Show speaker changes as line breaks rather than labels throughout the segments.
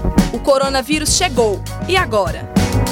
O coronavírus chegou. E agora?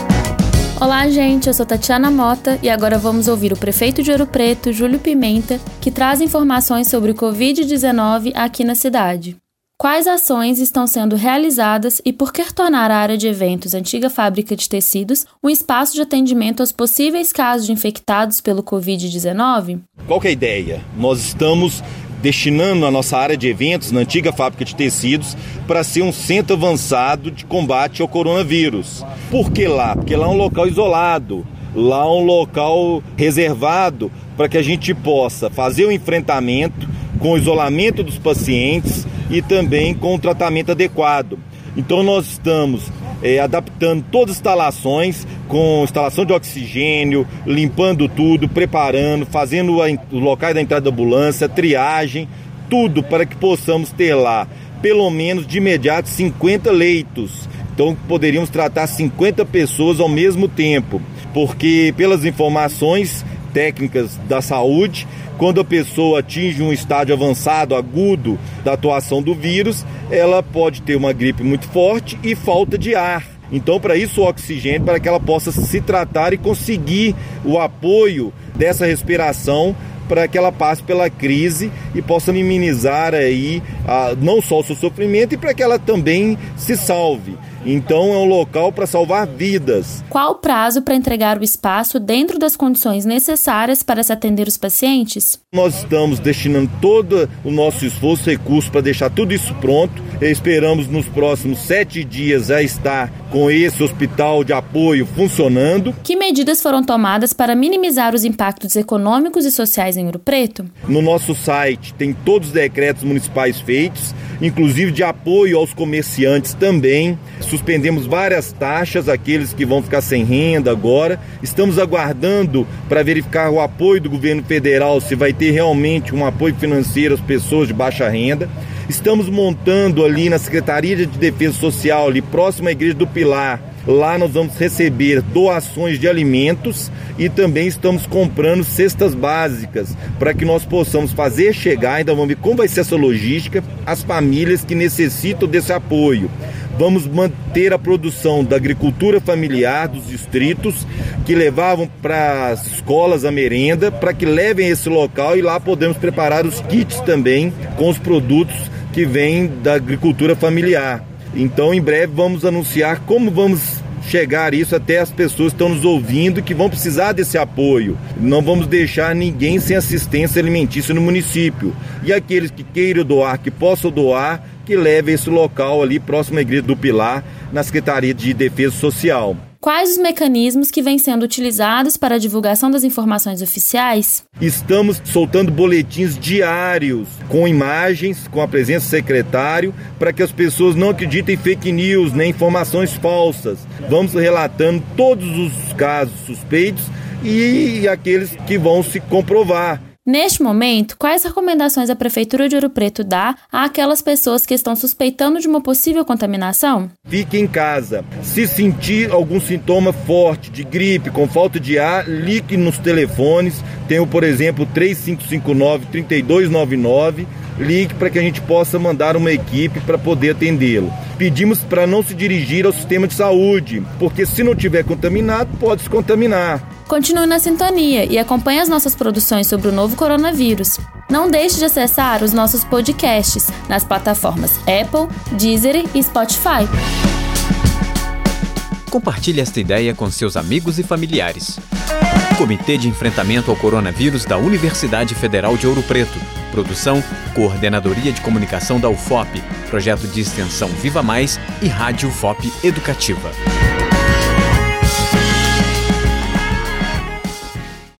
Olá, gente. Eu sou Tatiana Mota e agora vamos ouvir o prefeito de Ouro Preto, Júlio Pimenta, que traz informações sobre o Covid-19 aqui na cidade. Quais ações estão sendo realizadas e por que tornar a área de eventos antiga fábrica de tecidos um espaço de atendimento aos possíveis casos de infectados pelo Covid-19?
Qual que é a ideia? Nós estamos destinando a nossa área de eventos na antiga fábrica de tecidos para ser um centro avançado de combate ao coronavírus. Por que lá? Porque lá é um local isolado, lá é um local reservado para que a gente possa fazer o enfrentamento com o isolamento dos pacientes e também com o tratamento adequado. Então nós estamos adaptando todas as instalações, com instalação de oxigênio, limpando tudo, preparando, fazendo os locais da entrada da ambulância, triagem, tudo para que possamos ter lá, pelo menos de imediato, 50 leitos. Então poderíamos tratar 50 pessoas ao mesmo tempo, porque pelas informações técnicas da saúde, quando a pessoa atinge um estágio avançado, agudo da atuação do vírus, ela pode ter uma gripe muito forte e falta de ar. Então, para isso, o oxigênio, para que ela possa se tratar e conseguir o apoio dessa respiração, para que ela passe pela crise e possa minimizar aí não só o seu sofrimento e para que ela também se salve. Então é um local para salvar vidas.
Qual o prazo para entregar o espaço dentro das condições necessárias para se atender os pacientes?
Nós estamos destinando todo o nosso esforço e recurso para deixar tudo isso pronto. Esperamos nos próximos 7 dias já estar com esse hospital de apoio funcionando.
Que medidas foram tomadas para minimizar os impactos econômicos e sociais em Ouro Preto?
No nosso site tem todos os decretos municipais feitos, inclusive de apoio aos comerciantes também. Suspendemos várias taxas, aqueles que vão ficar sem renda agora. Estamos aguardando para verificar o apoio do governo federal, se vai ter realmente um apoio financeiro às pessoas de baixa renda. Estamos montando ali na Secretaria de Defesa Social, ali próximo à Igreja do Pilar. Lá nós vamos receber doações de alimentos e também estamos comprando cestas básicas para que nós possamos fazer chegar, ainda vamos ver como vai ser essa logística, as famílias que necessitam desse apoio. Vamos manter a produção da agricultura familiar dos distritos que levavam para as escolas a merenda, para que levem esse local e lá podemos preparar os kits também com os produtos que vêm da agricultura familiar. Então em breve vamos anunciar como vamos chegar isso até as pessoas que estão nos ouvindo e que vão precisar desse apoio. Não vamos deixar ninguém sem assistência alimentícia no município. E aqueles que queiram doar, que possam doar, que levem esse local ali próximo à Igreja do Pilar, na Secretaria de Defesa Social.
Quais os mecanismos que vêm sendo utilizados para a divulgação das informações oficiais?
Estamos soltando boletins diários, com imagens, com a presença do secretário, para que as pessoas não acreditem em fake news, nem informações falsas. Vamos relatando todos os casos suspeitos e aqueles que vão se comprovar.
Neste momento, quais recomendações a Prefeitura de Ouro Preto dá àquelas pessoas que estão suspeitando de uma possível contaminação?
Fique em casa. Se sentir algum sintoma forte de gripe, com falta de ar, ligue nos telefones. Tem, por exemplo, 3559-3299. Ligue para que a gente possa mandar uma equipe para poder atendê-lo. Pedimos para não se dirigir ao sistema de saúde, porque se não tiver contaminado, pode se contaminar.
Continue na sintonia e acompanhe as nossas produções sobre o novo coronavírus. Não deixe de acessar os nossos podcasts nas plataformas Apple, Deezer e Spotify.
Compartilhe esta ideia com seus amigos e familiares. Comitê de Enfrentamento ao Coronavírus da Universidade Federal de Ouro Preto. Produção, Coordenadoria de Comunicação da UFOP, Projeto de Extensão Viva Mais e Rádio UFOP Educativa.